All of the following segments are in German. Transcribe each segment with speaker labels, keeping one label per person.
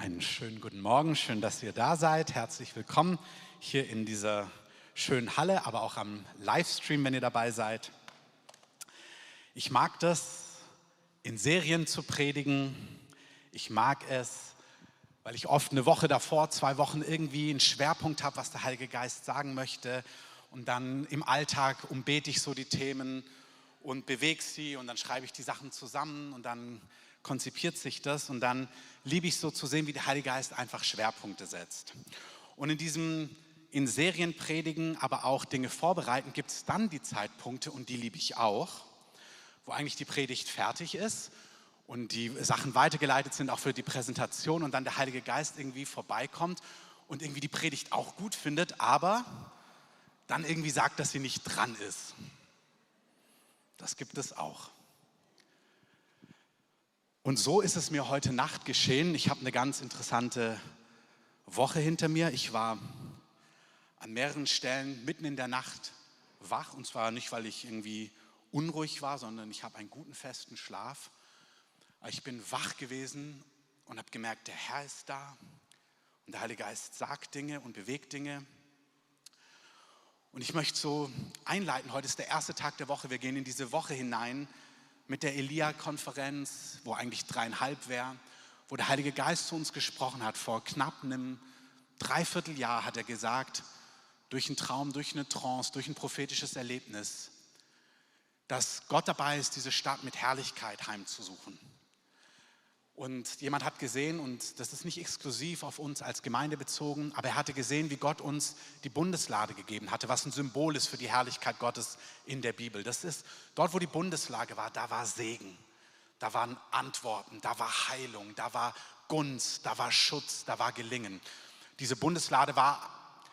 Speaker 1: Einen schönen guten Morgen, schön, dass ihr da seid. Herzlich willkommen hier in dieser schönen Halle, aber auch am Livestream, wenn ihr dabei seid. Ich mag das, in Serien zu predigen. Ich mag es, weil ich oft eine Woche davor, 2 Wochen irgendwie einen Schwerpunkt habe, was der Heilige Geist sagen möchte. Und dann im Alltag umbete ich so die Themen und bewege sie und dann schreibe ich die Sachen zusammen und dann konzipiert sich das und dann liebe ich so zu sehen, wie der Heilige Geist einfach Schwerpunkte setzt. Und in Serien predigen, aber auch Dinge vorbereiten, gibt es dann die Zeitpunkte und die liebe ich auch, wo eigentlich die Predigt fertig ist und die Sachen weitergeleitet sind, auch für die Präsentation und dann der Heilige Geist irgendwie vorbeikommt und irgendwie die Predigt auch gut findet, aber dann irgendwie sagt, dass sie nicht dran ist. Das gibt es auch. Und so ist es mir heute Nacht geschehen. Ich habe eine ganz interessante Woche hinter mir. Ich war an mehreren Stellen mitten in der Nacht wach. Und zwar nicht, weil ich irgendwie unruhig war, sondern ich habe einen guten, festen Schlaf. Aber ich bin wach gewesen und habe gemerkt, der Herr ist da. Und der Heilige Geist sagt Dinge und bewegt Dinge. Und ich möchte so einleiten, heute ist der erste Tag der Woche. Wir gehen in diese Woche hinein mit der Elia-Konferenz, wo eigentlich 3,5 wäre, wo der Heilige Geist zu uns gesprochen hat. Vor knapp einem Dreivierteljahr hat er gesagt, durch einen Traum, durch eine Trance, durch ein prophetisches Erlebnis, dass Gott dabei ist, diese Stadt mit Herrlichkeit heimzusuchen. Und jemand hat gesehen, und das ist nicht exklusiv auf uns als Gemeinde bezogen, aber er hatte gesehen, wie Gott uns die Bundeslade gegeben hatte, was ein Symbol ist für die Herrlichkeit Gottes in der Bibel. Das ist, dort wo die Bundeslade war, da war Segen, da waren Antworten, da war Heilung, da war Gunst, da war Schutz, da war Gelingen. Diese Bundeslade war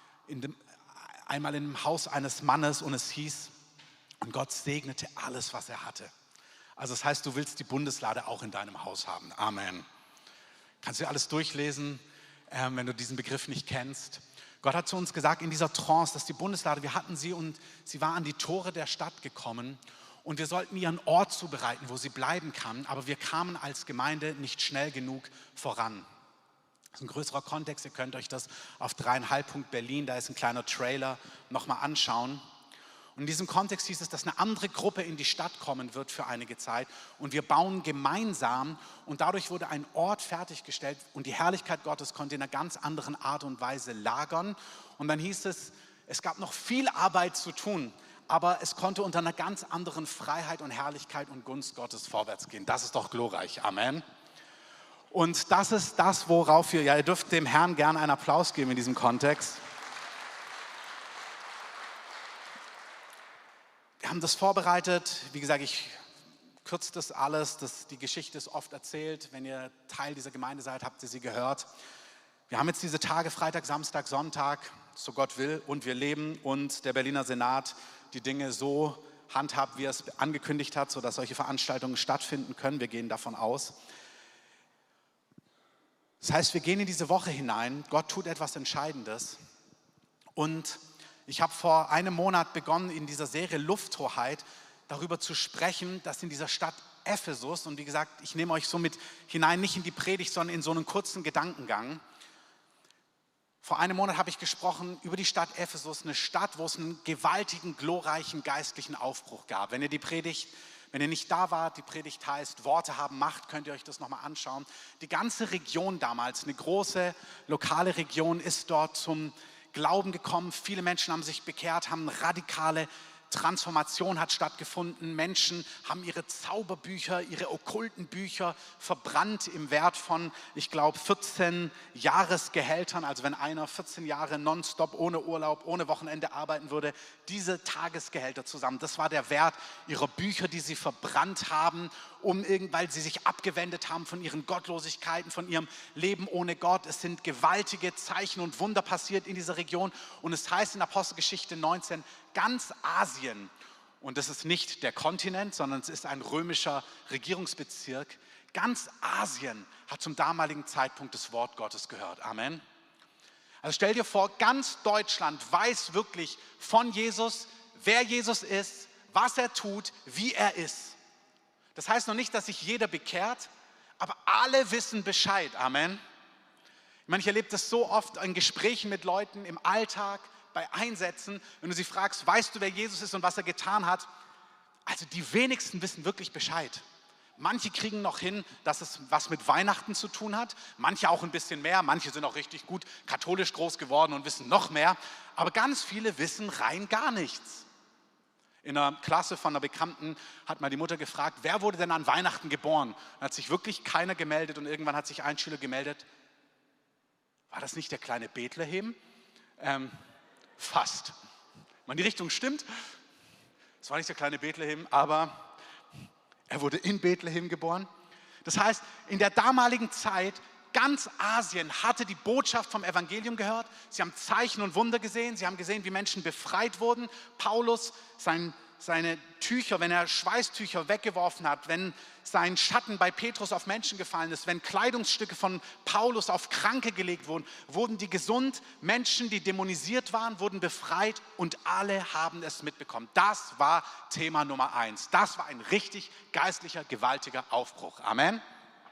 Speaker 1: einmal im Haus eines Mannes und es hieß, und Gott segnete alles, was er hatte. Also das heißt, du willst die Bundeslade auch in deinem Haus haben. Amen. Kannst du dir alles durchlesen, wenn du diesen Begriff nicht kennst. Gott hat zu uns gesagt in dieser Trance, dass die Bundeslade, wir hatten sie und sie war an die Tore der Stadt gekommen und wir sollten ihr einen Ort zubereiten, wo sie bleiben kann, aber wir kamen als Gemeinde nicht schnell genug voran. Das ist ein größerer Kontext, ihr könnt euch das auf 3,5 Berlin, da ist ein kleiner Trailer, nochmal anschauen. Und in diesem Kontext hieß es, dass eine andere Gruppe in die Stadt kommen wird für einige Zeit und wir bauen gemeinsam und dadurch wurde ein Ort fertiggestellt und die Herrlichkeit Gottes konnte in einer ganz anderen Art und Weise lagern. Und dann hieß es, es gab noch viel Arbeit zu tun, aber es konnte unter einer ganz anderen Freiheit und Herrlichkeit und Gunst Gottes vorwärts gehen. Das ist doch glorreich. Amen. Und das ist das, worauf ihr dürft dem Herrn gerne einen Applaus geben in diesem Kontext. Wir haben das vorbereitet. Wie gesagt, ich kürze das alles. Die Geschichte ist oft erzählt. Wenn ihr Teil dieser Gemeinde seid, habt ihr sie gehört. Wir haben jetzt diese Tage, Freitag, Samstag, Sonntag, so Gott will, und wir leben und der Berliner Senat die Dinge so handhabt, wie er es angekündigt hat, sodass solche Veranstaltungen stattfinden können. Wir gehen davon aus. Das heißt, wir gehen in diese Woche hinein. Gott tut etwas Entscheidendes. Und ich habe vor einem Monat begonnen, in dieser Serie Lufthoheit darüber zu sprechen, dass in dieser Stadt Ephesus, und wie gesagt, ich nehme euch so mit hinein, nicht in die Predigt, sondern in so einen kurzen Gedankengang. Vor einem Monat habe ich gesprochen über die Stadt Ephesus, eine Stadt, wo es einen gewaltigen, glorreichen geistlichen Aufbruch gab. Wenn ihr nicht da wart, die Predigt heißt Worte haben Macht, könnt ihr euch das nochmal anschauen. Die ganze Region damals, eine große lokale Region, ist dort zum Glauben gekommen. Viele Menschen haben sich bekehrt, haben radikale Transformation hat stattgefunden. Menschen haben ihre Zauberbücher, ihre okkulten Bücher verbrannt im Wert von, ich glaube, 14 Jahresgehältern. Also wenn einer 14 Jahre nonstop, ohne Urlaub, ohne Wochenende arbeiten würde, diese Tagesgehälter zusammen. Das war der Wert ihrer Bücher, die sie verbrannt haben, weil sie sich abgewendet haben von ihren Gottlosigkeiten, von ihrem Leben ohne Gott. Es sind gewaltige Zeichen und Wunder passiert in dieser Region. Und es heißt in Apostelgeschichte 19, ganz Asien, und das ist nicht der Kontinent, sondern es ist ein römischer Regierungsbezirk, ganz Asien hat zum damaligen Zeitpunkt das Wort Gottes gehört. Amen. Also stell dir vor, ganz Deutschland weiß wirklich von Jesus, wer Jesus ist, was er tut, wie er ist. Das heißt noch nicht, dass sich jeder bekehrt, aber alle wissen Bescheid. Amen. Ich meine, ich erlebe das so oft in Gesprächen mit Leuten im Alltag, bei Einsätzen, wenn du sie fragst, weißt du, wer Jesus ist und was er getan hat? Also die wenigsten wissen wirklich Bescheid. Manche kriegen noch hin, dass es was mit Weihnachten zu tun hat, manche auch ein bisschen mehr, manche sind auch richtig gut katholisch groß geworden und wissen noch mehr, aber ganz viele wissen rein gar nichts. In einer Klasse von einer Bekannten hat mal die Mutter gefragt, wer wurde denn an Weihnachten geboren? Da hat sich wirklich keiner gemeldet und irgendwann hat sich ein Schüler gemeldet, war das nicht der kleine Bethlehem? Fast. Wenn die Richtung stimmt, es war nicht der kleine Bethlehem, aber er wurde in Bethlehem geboren. Das heißt, in der damaligen Zeit, ganz Asien hatte die Botschaft vom Evangelium gehört. Sie haben Zeichen und Wunder gesehen. Sie haben gesehen, wie Menschen befreit wurden. Paulus, seine Tücher, wenn er Schweißtücher weggeworfen hat, wenn sein Schatten bei Petrus auf Menschen gefallen ist, wenn Kleidungsstücke von Paulus auf Kranke gelegt wurden, wurden die gesund, Menschen, die dämonisiert waren, wurden befreit und alle haben es mitbekommen. Das war Thema Nummer 1. Das war ein richtig geistlicher, gewaltiger Aufbruch. Amen.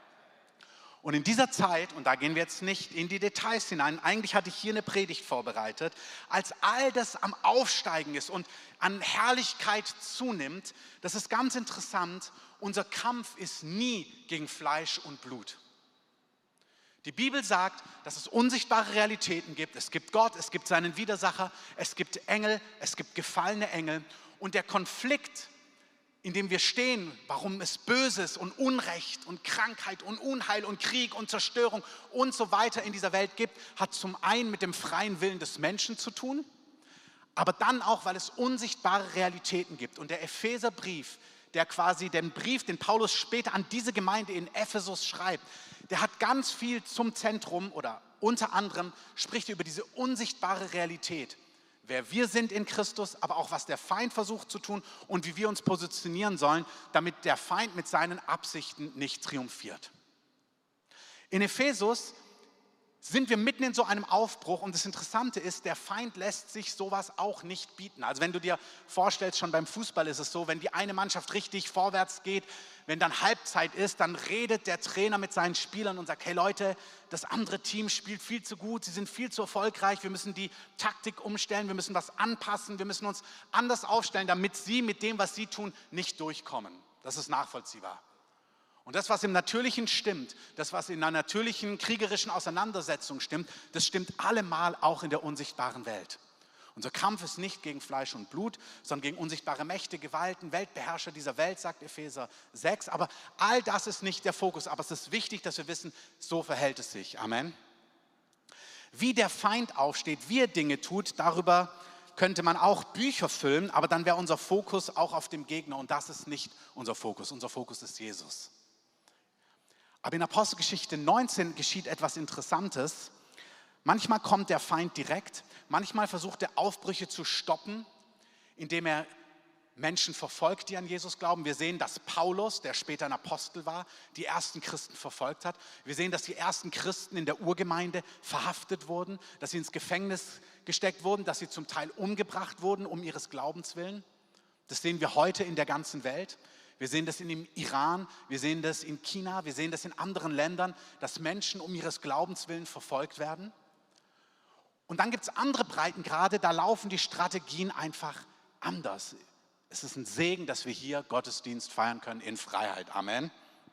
Speaker 1: Und in dieser Zeit, und da gehen wir jetzt nicht in die Details hinein, eigentlich hatte ich hier eine Predigt vorbereitet, als all das am Aufsteigen ist und an Herrlichkeit zunimmt, das ist ganz interessant, unser Kampf ist nie gegen Fleisch und Blut. Die Bibel sagt, dass es unsichtbare Realitäten gibt. Es gibt Gott, es gibt seinen Widersacher, es gibt Engel, es gibt gefallene Engel. Und der Konflikt, in dem wir stehen, warum es Böses und Unrecht und Krankheit und Unheil und Krieg und Zerstörung und so weiter in dieser Welt gibt, hat zum einen mit dem freien Willen des Menschen zu tun, aber dann auch, weil es unsichtbare Realitäten gibt. Und der Epheserbrief, der quasi den Brief, den Paulus später an diese Gemeinde in Ephesus schreibt, der hat ganz viel zum Zentrum oder unter anderem spricht er über diese unsichtbare Realität. Wer wir sind in Christus, aber auch was der Feind versucht zu tun und wie wir uns positionieren sollen, damit der Feind mit seinen Absichten nicht triumphiert. In Ephesus sind wir mitten in so einem Aufbruch und das Interessante ist, der Feind lässt sich sowas auch nicht bieten. Also wenn du dir vorstellst, schon beim Fußball ist es so, wenn die eine Mannschaft richtig vorwärts geht, wenn dann Halbzeit ist, dann redet der Trainer mit seinen Spielern und sagt, hey Leute, das andere Team spielt viel zu gut, sie sind viel zu erfolgreich, wir müssen die Taktik umstellen, wir müssen was anpassen, wir müssen uns anders aufstellen, damit sie mit dem, was sie tun, nicht durchkommen. Das ist nachvollziehbar. Und das, was im Natürlichen stimmt, das, was in einer natürlichen kriegerischen Auseinandersetzung stimmt, das stimmt allemal auch in der unsichtbaren Welt. Unser Kampf ist nicht gegen Fleisch und Blut, sondern gegen unsichtbare Mächte, Gewalten, Weltbeherrscher dieser Welt, sagt Epheser 6. Aber all das ist nicht der Fokus. Aber es ist wichtig, dass wir wissen, so verhält es sich. Amen. Wie der Feind aufsteht, wie er Dinge tut, darüber könnte man auch Bücher füllen, aber dann wäre unser Fokus auch auf dem Gegner und das ist nicht unser Fokus. Unser Fokus ist Jesus. Aber in Apostelgeschichte 19 geschieht etwas Interessantes. Manchmal kommt der Feind direkt, manchmal versucht er Aufbrüche zu stoppen, indem er Menschen verfolgt, die an Jesus glauben. Wir sehen, dass Paulus, der später ein Apostel war, die ersten Christen verfolgt hat. Wir sehen, dass die ersten Christen in der Urgemeinde verhaftet wurden, dass sie ins Gefängnis gesteckt wurden, dass sie zum Teil umgebracht wurden um ihres Glaubens willen. Das sehen wir heute in der ganzen Welt. Wir sehen das in dem Iran, wir sehen das in China, wir sehen das in anderen Ländern, dass Menschen um ihres Glaubens willen verfolgt werden. Und dann gibt es andere Breitengrade, da laufen die Strategien einfach anders. Es ist ein Segen, dass wir hier Gottesdienst feiern können in Freiheit. Amen.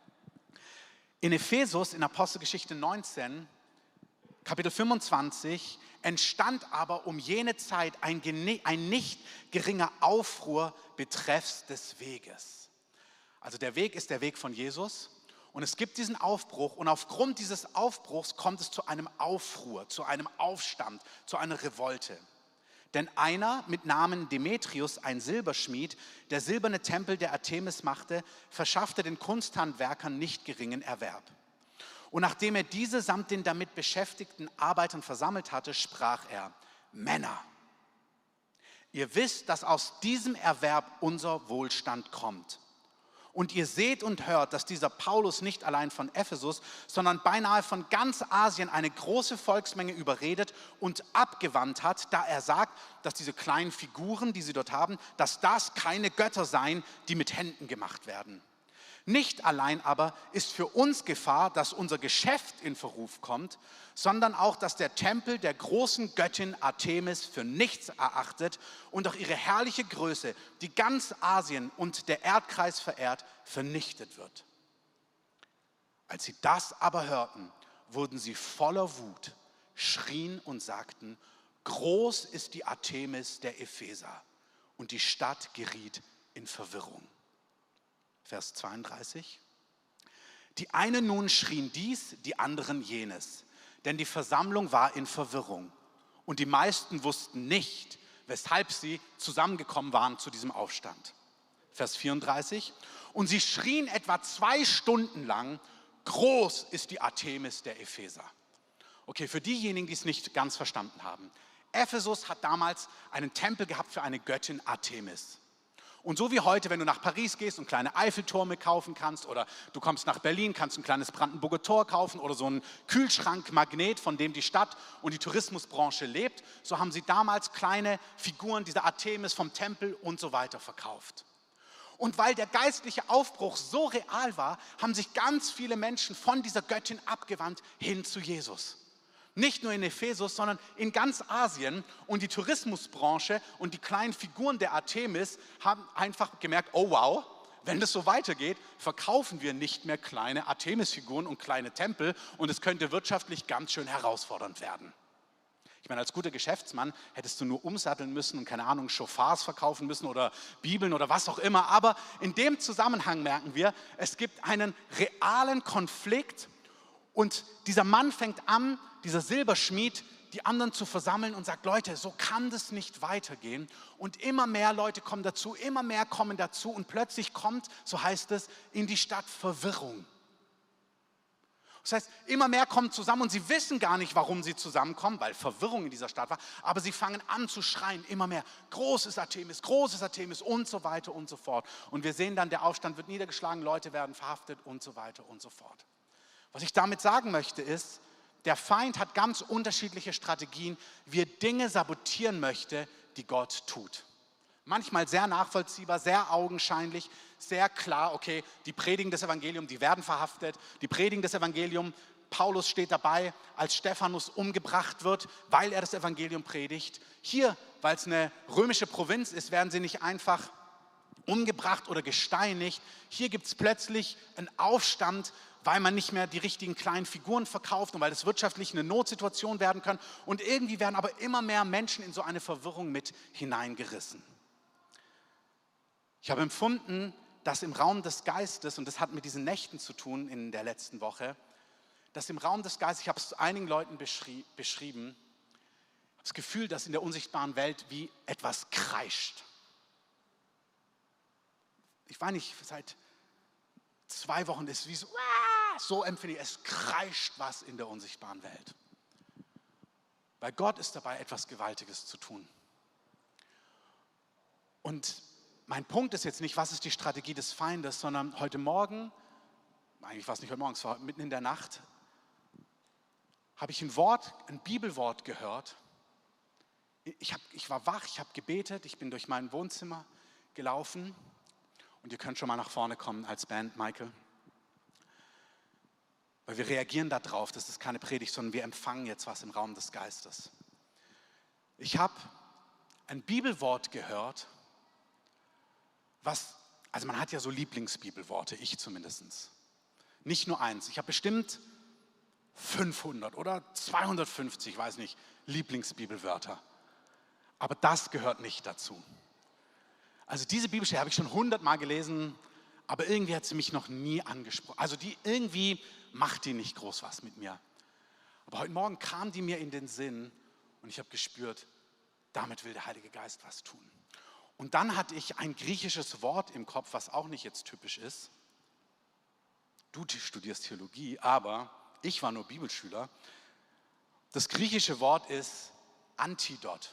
Speaker 1: In Ephesus, in Apostelgeschichte 19, Kapitel 25, entstand aber um jene Zeit ein nicht geringer Aufruhr betreffs des Weges. Also der Weg ist der Weg von Jesus und es gibt diesen Aufbruch und aufgrund dieses Aufbruchs kommt es zu einem Aufruhr, zu einem Aufstand, zu einer Revolte. Denn einer mit Namen Demetrius, ein Silberschmied, der silberne Tempel der Artemis machte, verschaffte den Kunsthandwerkern nicht geringen Erwerb. Und nachdem er diese samt den damit beschäftigten Arbeitern versammelt hatte, sprach er: Männer, ihr wisst, dass aus diesem Erwerb unser Wohlstand kommt. Und ihr seht und hört, dass dieser Paulus nicht allein von Ephesus, sondern beinahe von ganz Asien eine große Volksmenge überredet und abgewandt hat, da er sagt, dass diese kleinen Figuren, die sie dort haben, dass das keine Götter seien, die mit Händen gemacht werden. Nicht allein aber ist für uns Gefahr, dass unser Geschäft in Verruf kommt, sondern auch, dass der Tempel der großen Göttin Artemis für nichts erachtet und auch ihre herrliche Größe, die ganz Asien und der Erdkreis verehrt, vernichtet wird. Als sie das aber hörten, wurden sie voller Wut, schrien und sagten: Groß ist die Artemis der Epheser. Und die Stadt geriet in Verwirrung. Vers 32. Die einen nun schrien dies, die anderen jenes, denn die Versammlung war in Verwirrung. Und die meisten wussten nicht, weshalb sie zusammengekommen waren zu diesem Aufstand. Vers 34. Und sie schrien etwa 2 Stunden lang: Groß ist die Artemis der Epheser. Okay, für diejenigen, die es nicht ganz verstanden haben. Ephesus hat damals einen Tempel gehabt für eine Göttin Artemis. Und so wie heute, wenn du nach Paris gehst und kleine Eiffeltürme kaufen kannst oder du kommst nach Berlin, kannst ein kleines Brandenburger Tor kaufen oder so einen Kühlschrankmagnet, von dem die Stadt und die Tourismusbranche lebt, so haben sie damals kleine Figuren dieser Artemis vom Tempel und so weiter verkauft. Und weil der geistliche Aufbruch so real war, haben sich ganz viele Menschen von dieser Göttin abgewandt hin zu Jesus. Nicht nur in Ephesus, sondern in ganz Asien. Und die Tourismusbranche und die kleinen Figuren der Artemis haben einfach gemerkt: Oh wow, wenn das so weitergeht, verkaufen wir nicht mehr kleine Artemis-Figuren und kleine Tempel und es könnte wirtschaftlich ganz schön herausfordernd werden. Ich meine, als guter Geschäftsmann hättest du nur umsatteln müssen und keine Ahnung, Chauffeurs verkaufen müssen oder Bibeln oder was auch immer. Aber in dem Zusammenhang merken wir, es gibt einen realen Konflikt und dieser Mann fängt an, dieser Silberschmied, die anderen zu versammeln und sagt: Leute, so kann das nicht weitergehen. Und immer mehr Leute kommen dazu, immer mehr kommen dazu und plötzlich kommt, so heißt es, in die Stadt Verwirrung. Das heißt, immer mehr kommen zusammen und sie wissen gar nicht, warum sie zusammenkommen, weil Verwirrung in dieser Stadt war, aber sie fangen an zu schreien, immer mehr: Groß ist Artemis und so weiter und so fort. Und wir sehen dann, der Aufstand wird niedergeschlagen, Leute werden verhaftet und so weiter und so fort. Was ich damit sagen möchte ist, der Feind hat ganz unterschiedliche Strategien, wie er Dinge sabotieren möchte, die Gott tut. Manchmal sehr nachvollziehbar, sehr augenscheinlich, sehr klar: Okay, die predigen das Evangelium, die werden verhaftet, die predigen das Evangelium. Paulus steht dabei, als Stephanus umgebracht wird, weil er das Evangelium predigt. Hier, weil es eine römische Provinz ist, werden sie nicht einfach umgebracht oder gesteinigt. Hier gibt es plötzlich einen Aufstand, weil man nicht mehr die richtigen kleinen Figuren verkauft und weil es wirtschaftlich eine Notsituation werden kann. Und irgendwie werden aber immer mehr Menschen in so eine Verwirrung mit hineingerissen. Ich habe empfunden, dass im Raum des Geistes, und das hat mit diesen Nächten zu tun in der letzten Woche, dass im Raum des Geistes, ich habe es einigen Leuten beschrieben, das Gefühl, dass in der unsichtbaren Welt wie etwas kreischt. Ich weiß nicht, seit 2 Wochen ist es wie so empfinde ich, es kreischt was in der unsichtbaren Welt. Weil Gott ist dabei, etwas Gewaltiges zu tun. Und mein Punkt ist jetzt nicht, was ist die Strategie des Feindes, sondern heute Morgen, eigentlich war es nicht heute Morgen, es war mitten in der Nacht, habe ich ein Bibelwort gehört. Ich war wach, ich habe gebetet, ich bin durch mein Wohnzimmer gelaufen und ihr könnt schon mal nach vorne kommen als Band, Michael. Weil wir reagieren darauf, das ist keine Predigt, sondern wir empfangen jetzt was im Raum des Geistes. Ich habe ein Bibelwort gehört, also man hat ja so Lieblingsbibelworte, ich zumindest. Nicht nur eins, ich habe bestimmt 500 oder 250, weiß nicht, Lieblingsbibelwörter. Aber das gehört nicht dazu. Also diese Bibelstelle habe ich schon 100-mal gelesen, aber irgendwie hat sie mich noch nie angesprochen. Also irgendwie macht die nicht groß was mit mir. Aber heute Morgen kam die mir in den Sinn und ich habe gespürt, damit will der Heilige Geist was tun. Und dann hatte ich ein griechisches Wort im Kopf, was auch nicht jetzt typisch ist. Du studierst Theologie, aber ich war nur Bibelschüler. Das griechische Wort ist Antidot.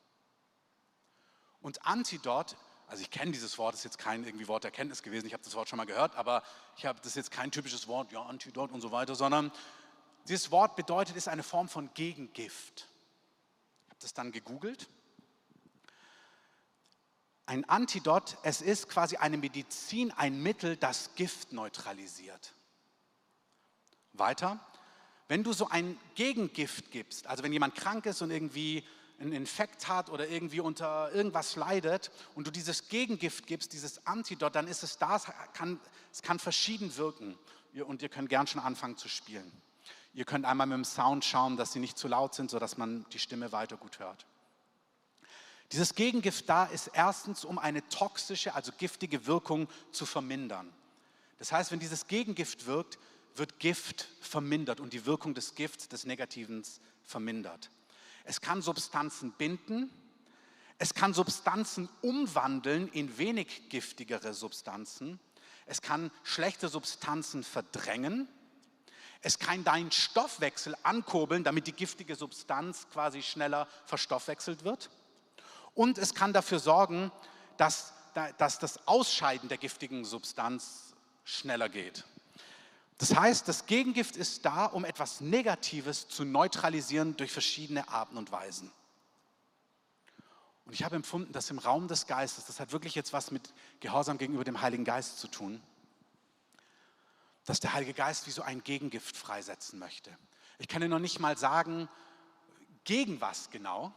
Speaker 1: Und Antidot, also ich kenne dieses Wort, ist jetzt kein irgendwie Wort der Erkenntnis gewesen, ich habe das Wort schon mal gehört, aber das ist jetzt kein typisches Wort, ja, Antidot und so weiter, sondern dieses Wort bedeutet, ist eine Form von Gegengift. Ich habe das dann gegoogelt. Ein Antidot, es ist quasi eine Medizin, ein Mittel, das Gift neutralisiert. Weiter, wenn du so ein Gegengift gibst, also wenn jemand krank ist und irgendwie einen Infekt hat oder irgendwie unter irgendwas leidet und du dieses Gegengift gibst, dieses Antidot, dann ist es da, es kann verschieden wirken. Und ihr könnt gern schon anfangen zu spielen. Ihr könnt einmal mit dem Sound schauen, dass sie nicht zu laut sind, sodass man die Stimme weiter gut hört. Dieses Gegengift da ist erstens, um eine toxische, also giftige Wirkung zu vermindern. Das heißt, wenn dieses Gegengift wirkt, wird Gift vermindert und die Wirkung des Gifts, des Negativen, vermindert. Es kann Substanzen binden, es kann Substanzen umwandeln in wenig giftigere Substanzen, es kann schlechte Substanzen verdrängen, es kann deinen Stoffwechsel ankurbeln, damit die giftige Substanz quasi schneller verstoffwechselt wird. Und es kann dafür sorgen, dass das Ausscheiden der giftigen Substanz schneller geht. Das heißt, das Gegengift ist da, um etwas Negatives zu neutralisieren durch verschiedene Arten und Weisen. Und ich habe empfunden, dass im Raum des Geistes, das hat wirklich jetzt was mit Gehorsam gegenüber dem Heiligen Geist zu tun, dass der Heilige Geist wie so ein Gegengift freisetzen möchte. Ich kann dir noch nicht mal sagen, gegen was genau,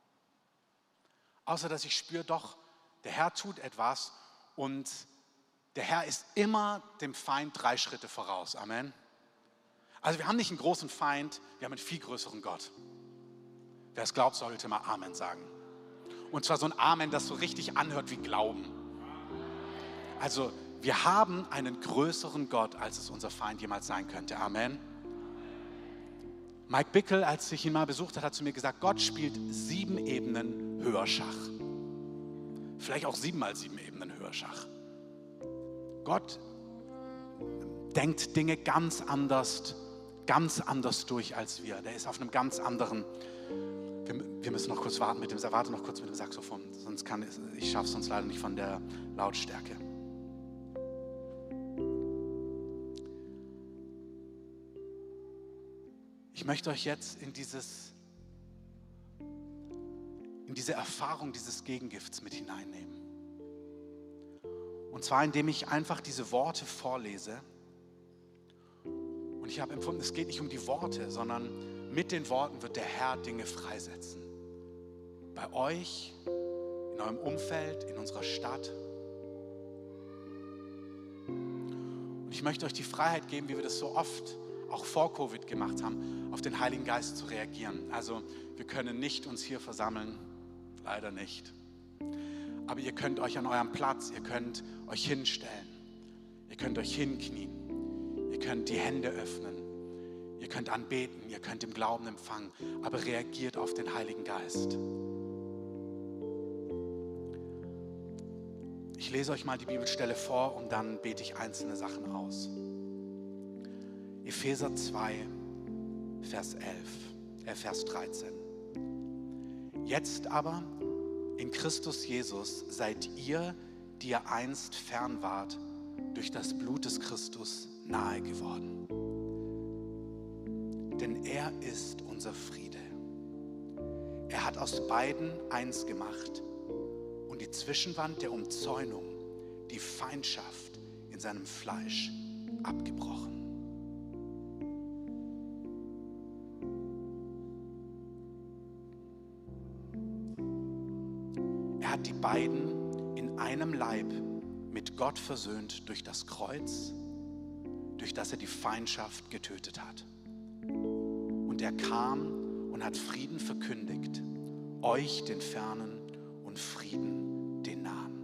Speaker 1: außer dass ich spüre, doch, der Herr tut etwas und der Herr ist immer dem Feind 3 Schritte voraus. Amen. Also wir haben nicht einen großen Feind, wir haben einen viel größeren Gott. Wer es glaubt, sollte mal Amen sagen. Und zwar so ein Amen, das so richtig anhört wie Glauben. Also wir haben einen größeren Gott, als es unser Feind jemals sein könnte. Amen. Mike Bickle, als ich ihn mal besucht habe, hat zu mir gesagt, Gott spielt 7 Ebenen höher Schach. Vielleicht auch 7 mal 7 Ebenen höher Schach. Gott denkt Dinge ganz anders durch als wir. Der ist auf einem ganz anderen. Wir müssen noch kurz warten warte noch kurz mit dem Saxophon, sonst ich schaffe es sonst leider nicht von der Lautstärke. Ich möchte euch jetzt in diese Erfahrung dieses Gegengifts mit hineinnehmen. Und zwar, indem ich einfach diese Worte vorlese. Und ich habe empfunden, es geht nicht um die Worte, sondern mit den Worten wird der Herr Dinge freisetzen. Bei euch, in eurem Umfeld, in unserer Stadt. Und ich möchte euch die Freiheit geben, wie wir das so oft auch vor Covid gemacht haben, auf den Heiligen Geist zu reagieren. Also wir können nicht uns hier versammeln, leider nicht. Aber ihr könnt euch an eurem Platz, ihr könnt euch hinstellen, ihr könnt euch hinknien, ihr könnt die Hände öffnen, ihr könnt anbeten, ihr könnt im Glauben empfangen, aber reagiert auf den Heiligen Geist. Ich lese euch mal die Bibelstelle vor und dann bete ich einzelne Sachen aus. Epheser 2, Vers 13. Jetzt aber in Christus Jesus seid ihr, die ihr einst fern wart, durch das Blut des Christus nahe geworden. Denn er ist unser Friede. Er hat aus beiden eins gemacht und die Zwischenwand der Umzäunung, die Feindschaft in seinem Fleisch abgebrochen. Er hat die beiden in einem Leib mit Gott versöhnt durch das Kreuz, durch das er die Feindschaft getötet hat. Und er kam und hat Frieden verkündigt, euch den Fernen und Frieden den Nahen.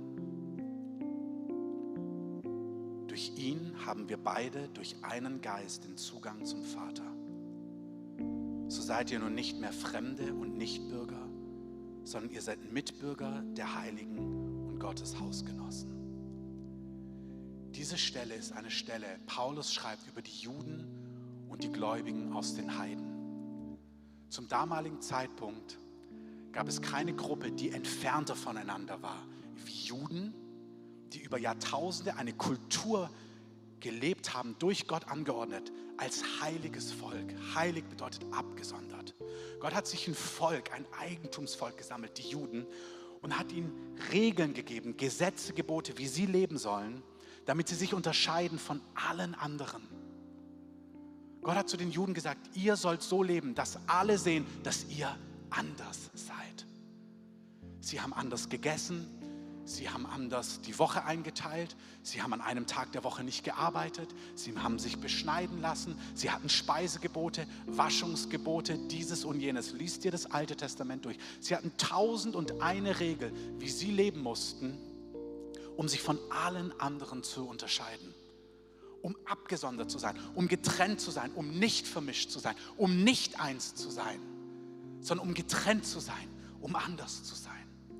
Speaker 1: Durch ihn haben wir beide durch einen Geist den Zugang zum Vater. So seid ihr nun nicht mehr Fremde und Nichtbürger, sondern ihr seid Mitbürger der Heiligen und Gottes Hausgenossen. Diese Stelle ist eine Stelle, Paulus schreibt über die Juden und die Gläubigen aus den Heiden. Zum damaligen Zeitpunkt gab es keine Gruppe, die entfernter voneinander war, wie Juden, die über Jahrtausende eine Kultur gelebt haben, durch Gott angeordnet, als heiliges Volk. Heilig bedeutet abgesondert. Gott hat sich ein Volk, ein Eigentumsvolk gesammelt, die Juden. und hat ihnen Regeln gegeben, Gesetze, Gebote, wie sie leben sollen, damit sie sich unterscheiden von allen anderen. Gott hat zu den Juden gesagt, ihr sollt so leben, dass alle sehen, dass ihr anders seid. Sie haben anders gegessen, sie haben anders die Woche eingeteilt, sie haben an einem Tag der Woche nicht gearbeitet, sie haben sich beschneiden lassen, sie hatten Speisegebote, Waschungsgebote, dieses und jenes. Liest dir das Alte Testament durch. Sie hatten 1001 Regel, wie sie leben mussten, um sich von allen anderen zu unterscheiden. Um abgesondert zu sein, um getrennt zu sein, um nicht vermischt zu sein, um nicht eins zu sein, sondern um getrennt zu sein, um anders zu sein.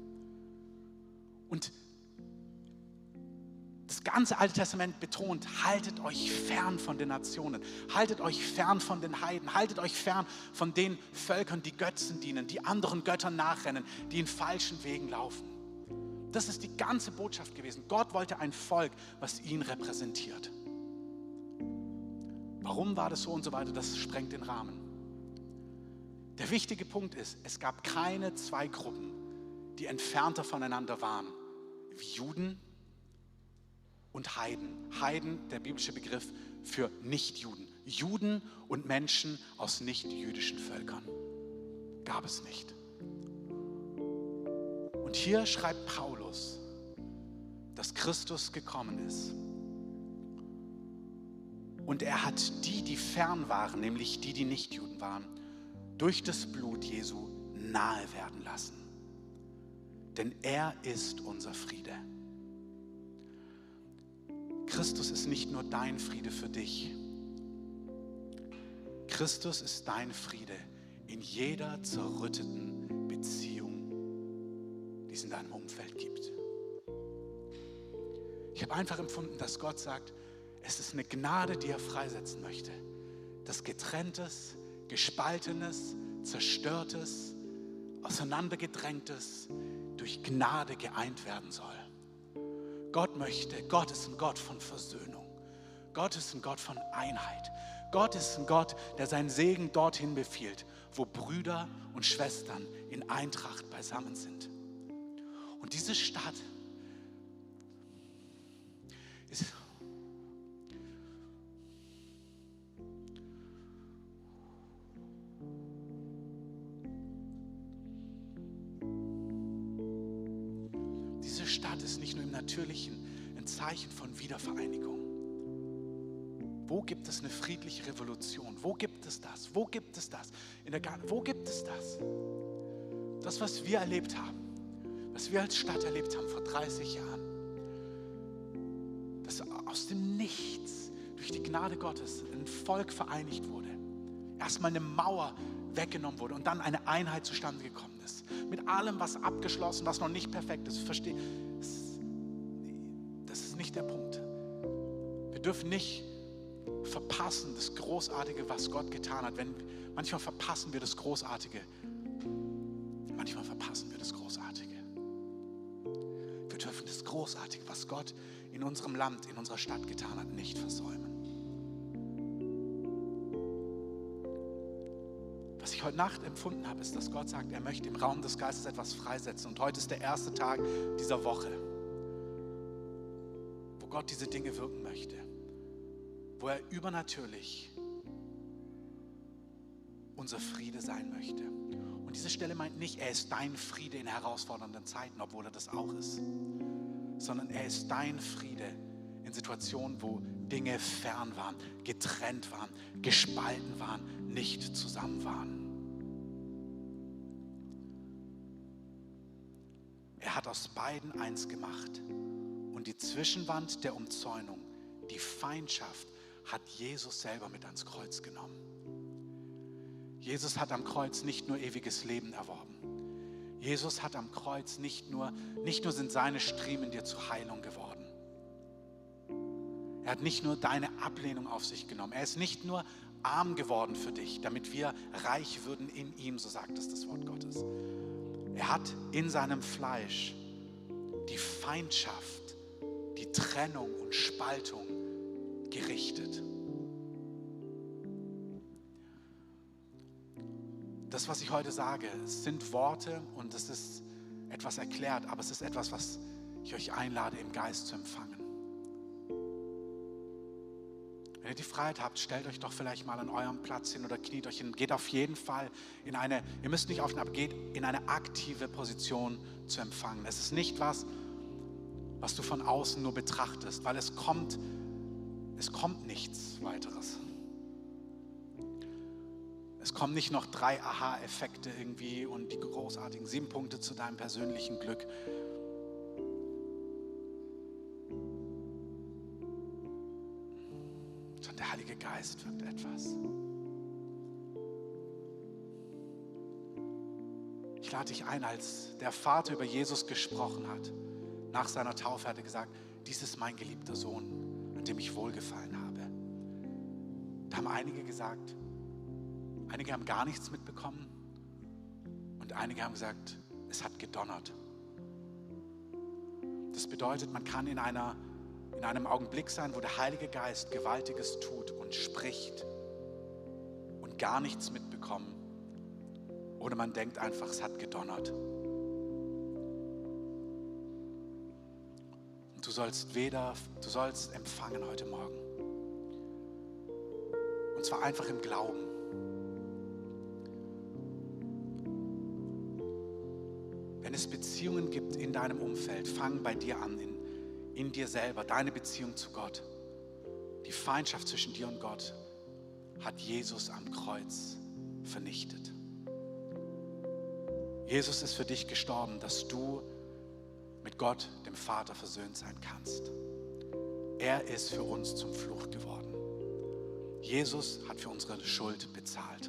Speaker 1: Und das ganze Alte Testament betont, haltet euch fern von den Nationen, haltet euch fern von den Heiden, haltet euch fern von den Völkern, die Götzen dienen, die anderen Göttern nachrennen, die in falschen Wegen laufen. Das ist die ganze Botschaft gewesen. Gott wollte ein Volk, was ihn repräsentiert. Warum war das so und so weiter, das sprengt den Rahmen. Der wichtige Punkt ist, es gab keine zwei Gruppen, die entfernter voneinander waren, wie Juden und Heiden. Heiden, der biblische Begriff für Nichtjuden. Juden und Menschen aus nicht-jüdischen Völkern gab es nicht. Und hier schreibt Paulus, dass Christus gekommen ist. Und er hat die, die fern waren, nämlich die, die nicht Juden waren, durch das Blut Jesu nahe werden lassen. Denn er ist unser Friede. Christus ist nicht nur dein Friede für dich. Christus ist dein Friede in jeder zerrütteten Beziehung, die es in deinem Umfeld gibt. Ich habe einfach empfunden, dass Gott sagt, es ist eine Gnade, die er freisetzen möchte. Dass Getrenntes, Gespaltenes, Zerstörtes, Auseinandergedrängtes durch Gnade geeint werden soll. Gott ist ein Gott von Versöhnung. Gott ist ein Gott von Einheit. Gott ist ein Gott, der seinen Segen dorthin befiehlt, wo Brüder und Schwestern in Eintracht beisammen sind. Und diese Stadt ist nicht nur im Natürlichen ein Zeichen von Wiedervereinigung. Wo gibt es eine friedliche Revolution? Wo gibt es das? Wo gibt es das? Wo gibt es das? Das, was wir erlebt haben, was wir als Stadt erlebt haben vor 30 Jahren, dass aus dem Nichts durch die Gnade Gottes ein Volk vereinigt wurde. Erstmal eine Mauer weggenommen wurde und dann eine Einheit zustande gekommen ist. Mit allem, was abgeschlossen, was noch nicht perfekt ist. Verstehe, das ist nicht der Punkt. Wir dürfen nicht verpassen, das Großartige, was Gott getan hat. Manchmal verpassen wir das Großartige. Manchmal verpassen wir das Großartige. Wir dürfen das Großartige, was Gott in unserem Land, in unserer Stadt getan hat, nicht versäumen. Was ich heute Nacht empfunden habe, ist, dass Gott sagt, er möchte im Raum des Geistes etwas freisetzen. Und heute ist der erste Tag dieser Woche, wo Gott diese Dinge wirken möchte. Wo er übernatürlich unser Friede sein möchte. Und diese Stelle meint nicht, er ist dein Friede in herausfordernden Zeiten, obwohl er das auch ist. Sondern er ist dein Friede in Situationen, wo Dinge fern waren, getrennt waren, gespalten waren, nicht zusammen waren. Er hat aus beiden eins gemacht. Und die Zwischenwand der Umzäunung, die Feindschaft, hat Jesus selber mit ans Kreuz genommen. Jesus hat am Kreuz nicht nur ewiges Leben erworben. Jesus hat am Kreuz nicht nur sind seine Striemen dir zur Heilung geworden. Er hat nicht nur deine Ablehnung auf sich genommen. Er ist nicht nur arm geworden für dich, damit wir reich würden in ihm, so sagt es das Wort Gottes. Er hat in seinem Fleisch die Feindschaft, die Trennung und Spaltung gerichtet. Das, was ich heute sage, es sind Worte und es ist etwas erklärt, aber es ist etwas, was ich euch einlade, im Geist zu empfangen. Wenn ihr die Freiheit habt, stellt euch doch vielleicht mal an eurem Platz hin oder kniet euch hin. Geht auf jeden Fall ihr müsst nicht aufstehen, aber geht in eine aktive Position zu empfangen. Es ist nicht was du von außen nur betrachtest, weil es kommt nichts weiteres. Es kommen nicht noch 3 Aha-Effekte irgendwie und die großartigen 7 Punkte zu deinem persönlichen Glück. Sondern der Heilige Geist wirkt etwas. Ich lade dich ein, als der Vater über Jesus gesprochen hat, nach seiner Taufe hat er gesagt, dies ist mein geliebter Sohn, an dem ich wohlgefallen habe. Da haben einige gesagt, einige haben gar nichts mitbekommen und einige haben gesagt, es hat gedonnert. Das bedeutet, man kann in einem Augenblick sein, wo der Heilige Geist Gewaltiges tut und spricht und gar nichts mitbekommen. Oder man denkt einfach, es hat gedonnert. Und du sollst empfangen heute Morgen. Und zwar einfach im Glauben. Wenn es Beziehungen gibt in deinem Umfeld, fang bei dir an, in dir selber, deine Beziehung zu Gott. Die Feindschaft zwischen dir und Gott hat Jesus am Kreuz vernichtet. Jesus ist für dich gestorben, dass du mit Gott, dem Vater, versöhnt sein kannst. Er ist für uns zum Fluch geworden. Jesus hat für unsere Schuld bezahlt.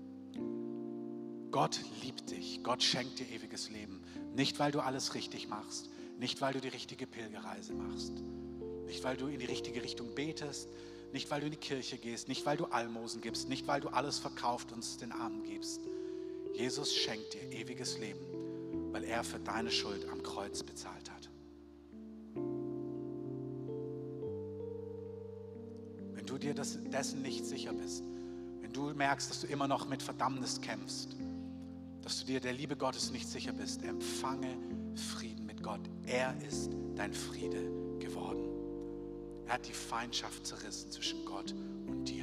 Speaker 1: Gott liebt dich. Gott schenkt dir ewiges Leben. Nicht, weil du alles richtig machst. Nicht, weil du die richtige Pilgerreise machst. Nicht, weil du in die richtige Richtung betest. Nicht, weil du in die Kirche gehst. Nicht, weil du Almosen gibst. Nicht, weil du alles verkauft und es den Armen gibst. Jesus schenkt dir ewiges Leben, weil er für deine Schuld am Kreuz bezahlt hat. Wenn du dir dessen nicht sicher bist, wenn du merkst, dass du immer noch mit Verdammnis kämpfst, dass du dir der Liebe Gottes nicht sicher bist, empfange Frieden mit Gott. Er ist dein Friede geworden. Er hat die Feindschaft zerrissen zwischen Gott und dir.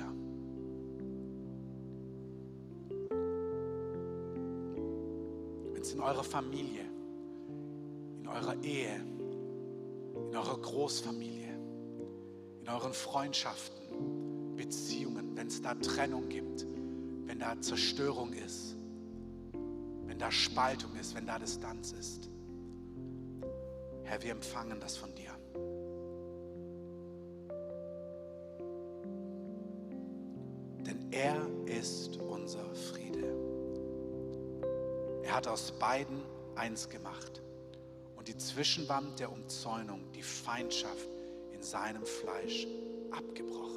Speaker 1: Wenn es in eurer Familie, in eurer Ehe, in eurer Großfamilie, in euren Freundschaften, Beziehungen, wenn es da Trennung gibt, wenn da Zerstörung ist, wenn da Spaltung ist, wenn da Distanz ist. Herr, wir empfangen das von dir. Denn er ist unser Friede. Er hat aus beiden eins gemacht und die Zwischenwand der Umzäunung, die Feindschaft in seinem Fleisch abgebrochen.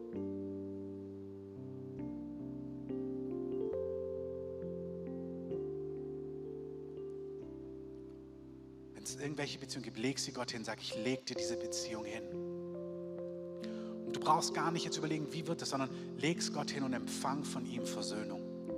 Speaker 1: Wenn es irgendwelche Beziehungen gibt, leg sie Gott hin, sag, ich leg dir diese Beziehung hin. Und du brauchst gar nicht jetzt überlegen, wie wird es, sondern leg es Gott hin und empfang von ihm Versöhnung.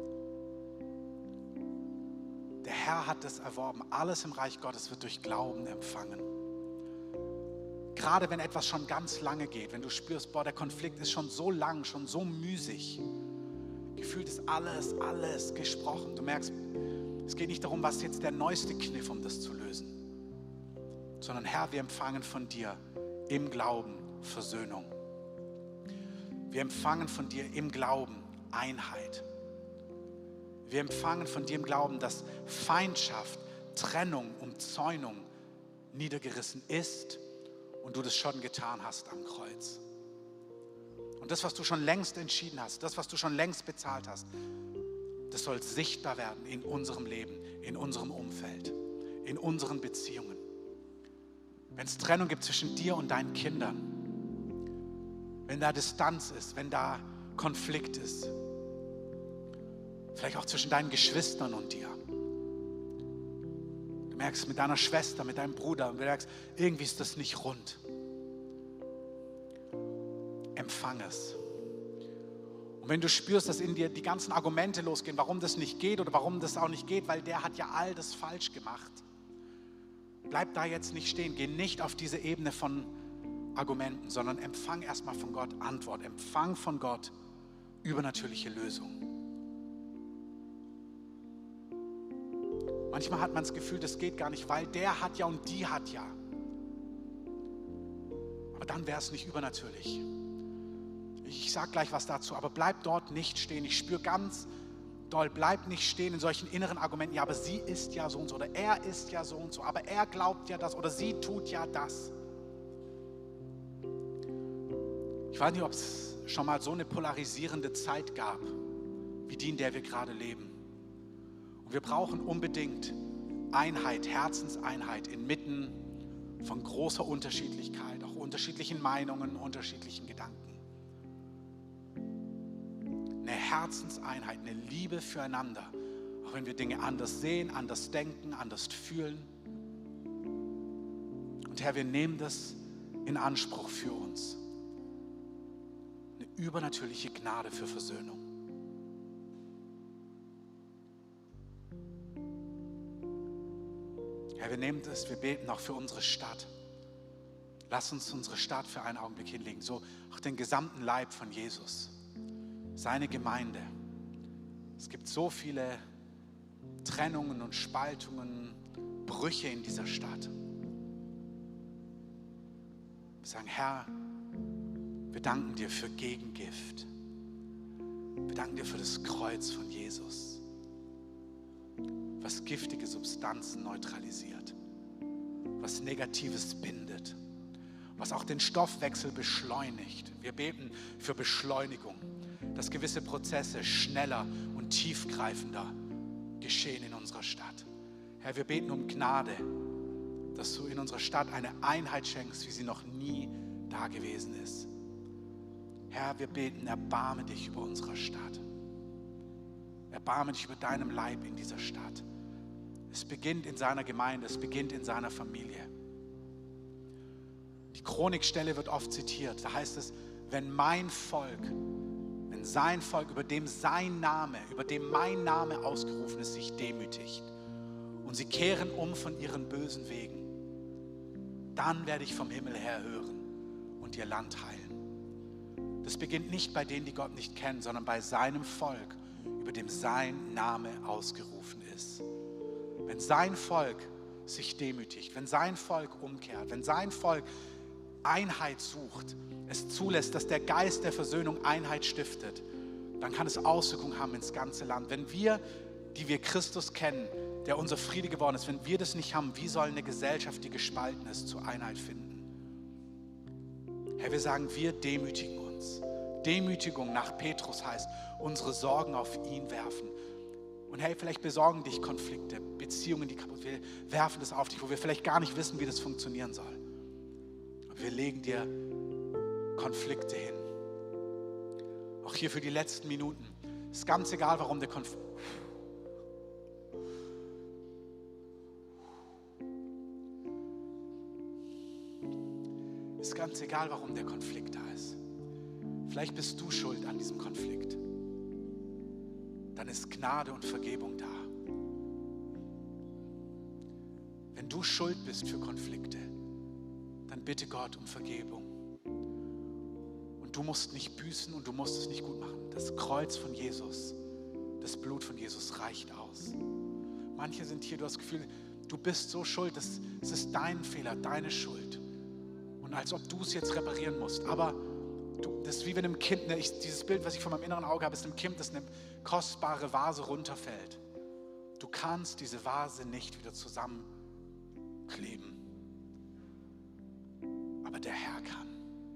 Speaker 1: Der Herr hat es erworben. Alles im Reich Gottes wird durch Glauben empfangen. Gerade wenn etwas schon ganz lange geht, wenn du spürst, boah, der Konflikt ist schon so lang, schon so müßig. Gefühlt ist alles gesprochen. Du merkst, es geht nicht darum, was jetzt der neueste Kniff, um das zu lösen. Sondern Herr, wir empfangen von dir im Glauben Versöhnung. Wir empfangen von dir im Glauben Einheit. Wir empfangen von dir im Glauben, dass Feindschaft, Trennung, Umzäunung niedergerissen ist und du das schon getan hast am Kreuz. Und das, was du schon längst entschieden hast, das, was du schon längst bezahlt hast, das soll sichtbar werden in unserem Leben, in unserem Umfeld, in unseren Beziehungen. Wenn es Trennung gibt zwischen dir und deinen Kindern, wenn da Distanz ist, wenn da Konflikt ist, vielleicht auch zwischen deinen Geschwistern und dir. Du merkst mit deiner Schwester, mit deinem Bruder, und du merkst, irgendwie ist das nicht rund. Empfang es. Und wenn du spürst, dass in dir die ganzen Argumente losgehen, warum das nicht geht oder warum das auch nicht geht, weil der hat ja all das falsch gemacht, Bleib da jetzt nicht stehen. Geh nicht auf diese Ebene von Argumenten, sondern empfang erstmal von Gott Antwort. Empfang von Gott übernatürliche Lösungen. Manchmal hat man das Gefühl, das geht gar nicht, weil der hat ja und die hat ja. Aber dann wäre es nicht übernatürlich. Ich sage gleich was dazu, aber bleib dort nicht stehen. Ich spüre ganz doll, bleib nicht stehen in solchen inneren Argumenten. Ja, aber sie ist ja so und so oder er ist ja so und so, aber er glaubt ja das oder sie tut ja das. Ich weiß nicht, ob es schon mal so eine polarisierende Zeit gab, wie die, in der wir gerade leben. Und wir brauchen unbedingt Einheit, Herzenseinheit inmitten von großer Unterschiedlichkeit, auch unterschiedlichen Meinungen, unterschiedlichen Gedanken. Eine Herzenseinheit, eine Liebe füreinander, auch wenn wir Dinge anders sehen, anders denken, anders fühlen. Und Herr, wir nehmen das in Anspruch für uns. Eine übernatürliche Gnade für Versöhnung. Herr, wir nehmen das, wir beten auch für unsere Stadt. Lass uns unsere Stadt für einen Augenblick hinlegen, so auch den gesamten Leib von Jesus, seine Gemeinde. Es gibt so viele Trennungen und Spaltungen, Brüche in dieser Stadt. Wir sagen, Herr, wir danken dir für Gegengift. Wir danken dir für das Kreuz von Jesus, was giftige Substanzen neutralisiert, was Negatives bindet, was auch den Stoffwechsel beschleunigt. Wir beten für Beschleunigung, dass gewisse Prozesse schneller und tiefgreifender geschehen in unserer Stadt. Herr, wir beten um Gnade, dass du in unserer Stadt eine Einheit schenkst, wie sie noch nie da gewesen ist. Herr, wir beten, erbarme dich über unsere Stadt. Erbarme dich über deinem Leib in dieser Stadt. Es beginnt in seiner Gemeinde, es beginnt in seiner Familie. Die Chronikstelle wird oft zitiert. Da heißt es, wenn mein Volk, wenn sein Volk, über dem sein Name, über dem mein Name ausgerufen ist, sich demütigt und sie kehren um von ihren bösen Wegen, dann werde ich vom Himmel her hören und ihr Land heilen. Das beginnt nicht bei denen, die Gott nicht kennen, sondern bei seinem Volk, über dem sein Name ausgerufen ist. Wenn sein Volk sich demütigt, wenn sein Volk umkehrt, wenn sein Volk Einheit sucht, es zulässt, dass der Geist der Versöhnung Einheit stiftet, dann kann es Auswirkungen haben ins ganze Land. Wenn wir, die wir Christus kennen, der unser Friede geworden ist, wenn wir das nicht haben, wie soll eine Gesellschaft, die gespalten ist, zur Einheit finden? Herr, wir sagen, wir demütigen uns. Demütigung nach Petrus heißt, unsere Sorgen auf ihn werfen. Und hey, vielleicht besorgen dich Konflikte, Beziehungen, die kaputt sind. Wir werfen das auf dich, wo wir vielleicht gar nicht wissen, wie das funktionieren soll. Und wir legen dir Konflikte hin. Auch hier für die letzten Minuten. Ist ganz egal, warum der Konflikt. Ist ganz egal, warum der Konflikt da ist. Vielleicht bist du schuld an diesem Konflikt. Dann ist Gnade und Vergebung da. Wenn du schuld bist für Konflikte, dann bitte Gott um Vergebung. Und du musst nicht büßen und du musst es nicht gut machen. Das Kreuz von Jesus, das Blut von Jesus reicht aus. Manche sind hier, du hast das Gefühl, du bist so schuld, es ist dein Fehler, deine Schuld. Und als ob du es jetzt reparieren musst. Aber das ist wie wenn einem Kind, dieses Bild, was ich vor meinem inneren Auge habe, ist einem Kind, das eine kostbare Vase runterfällt. Du kannst diese Vase nicht wieder zusammenkleben. Aber der Herr kann.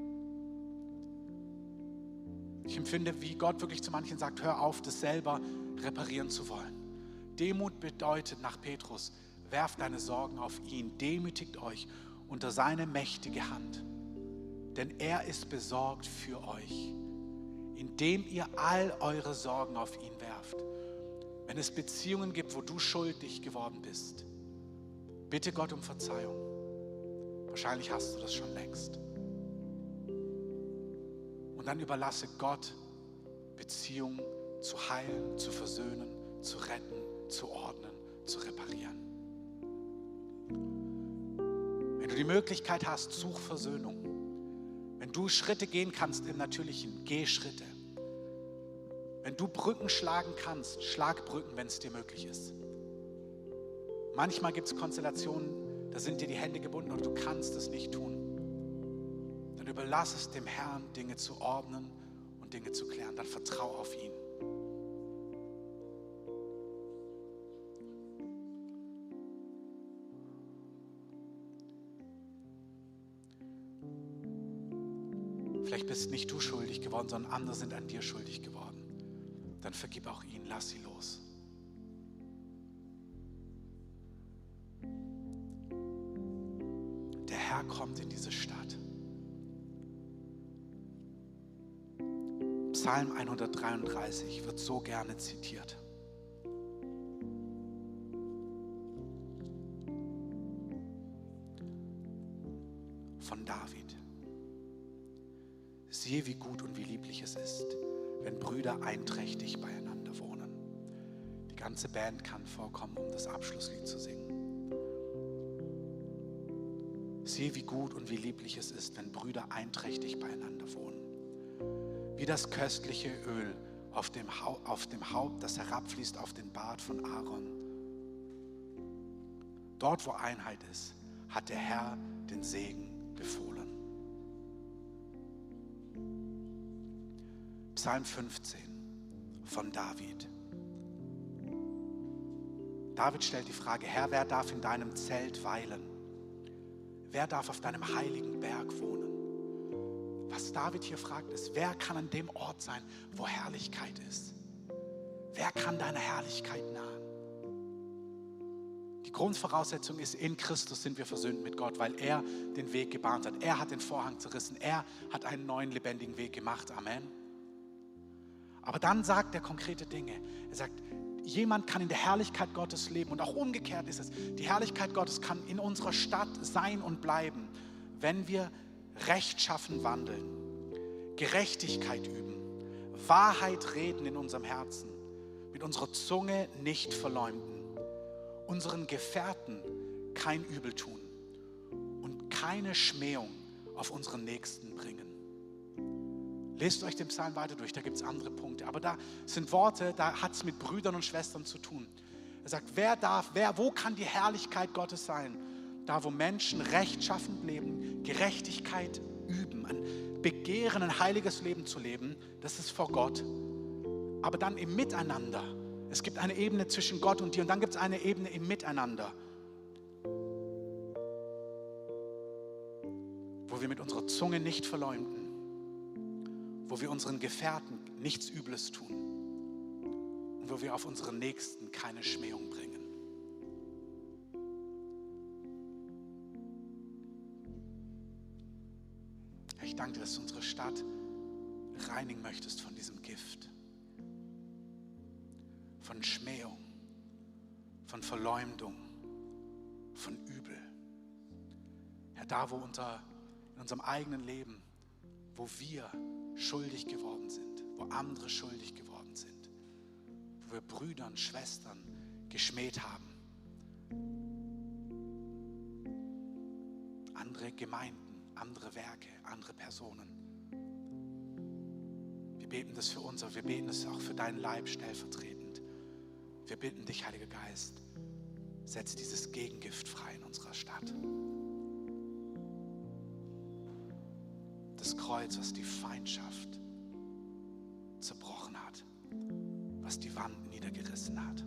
Speaker 1: Ich empfinde, wie Gott wirklich zu manchen sagt, hör auf, das selber reparieren zu wollen. Demut bedeutet nach Petrus, werft deine Sorgen auf ihn, demütigt euch unter seine mächtige Hand. Denn er ist besorgt für euch, indem ihr all eure Sorgen auf ihn werft. Wenn es Beziehungen gibt, wo du schuldig geworden bist, bitte Gott um Verzeihung. Wahrscheinlich hast du das schon längst. Und dann überlasse Gott, Beziehungen zu heilen, zu versöhnen, zu retten, zu ordnen, zu reparieren. Wenn du die Möglichkeit hast, such Versöhnung. Wenn du Schritte gehen kannst im Natürlichen, geh Schritte. Wenn du Brücken schlagen kannst, schlag Brücken, wenn es dir möglich ist. Manchmal gibt es Konstellationen, da sind dir die Hände gebunden und du kannst es nicht tun. Dann überlass es dem Herrn, Dinge zu ordnen und Dinge zu klären. Dann vertrau auf ihn. Vielleicht bist nicht du schuldig geworden, sondern andere sind an dir schuldig geworden. Dann vergib auch ihnen, lass sie los. Der Herr kommt in diese Stadt. Psalm 133 wird so gerne zitiert. Von David. Siehe, wie gut und wie lieblich es ist, wenn Brüder einträchtig beieinander wohnen. Die ganze Band kann vorkommen, um das Abschlusslied zu singen. Siehe, wie gut und wie lieblich es ist, wenn Brüder einträchtig beieinander wohnen. Wie das köstliche Öl auf dem Haupt, das herabfließt auf den Bart von Aaron. Dort, wo Einheit ist, hat der Herr den Segen befohlen. Psalm 15 von David. David stellt die Frage: Herr, wer darf in deinem Zelt weilen? Wer darf auf deinem heiligen Berg wohnen? Was David hier fragt ist, wer kann an dem Ort sein, wo Herrlichkeit ist? Wer kann deiner Herrlichkeit nahen? Die Grundvoraussetzung ist, in Christus sind wir versöhnt mit Gott, weil er den Weg gebahnt hat. Er hat den Vorhang zerrissen. Er hat einen neuen, lebendigen Weg gemacht. Amen. Aber dann sagt er konkrete Dinge. Er sagt, jemand kann in der Herrlichkeit Gottes leben und auch umgekehrt ist es. Die Herrlichkeit Gottes kann in unserer Stadt sein und bleiben, wenn wir rechtschaffen wandeln, Gerechtigkeit üben, Wahrheit reden in unserem Herzen, mit unserer Zunge nicht verleumden, unseren Gefährten kein Übel tun und keine Schmähung auf unseren Nächsten bringen. Lest euch den Psalm weiter durch, da gibt es andere Punkte. Aber da sind Worte, da hat es mit Brüdern und Schwestern zu tun. Er sagt, wo kann die Herrlichkeit Gottes sein? Da, wo Menschen rechtschaffend leben, Gerechtigkeit üben, ein Begehren, ein heiliges Leben zu leben, das ist vor Gott. Aber dann im Miteinander. Es gibt eine Ebene zwischen Gott und dir und dann gibt es eine Ebene im Miteinander. Wo wir mit unserer Zunge nicht verleumden. Wo wir unseren Gefährten nichts Übles tun und wo wir auf unseren Nächsten keine Schmähung bringen. Ich danke dir, dass du unsere Stadt reinigen möchtest von diesem Gift, von Schmähung, von Verleumdung, von Übel. Herr, da wo in unserem eigenen Leben, wo wir schuldig geworden sind, wo andere schuldig geworden sind, wo wir Brüdern, Schwestern geschmäht haben, andere Gemeinden, andere Werke, andere Personen. Wir beten das für uns, aber wir beten es auch für deinen Leib stellvertretend. Wir bitten dich, Heiliger Geist, setz dieses Gegengift frei in unserer Stadt. Das Kreuz, was die Feindschaft zerbrochen hat, was die Wand niedergerissen hat.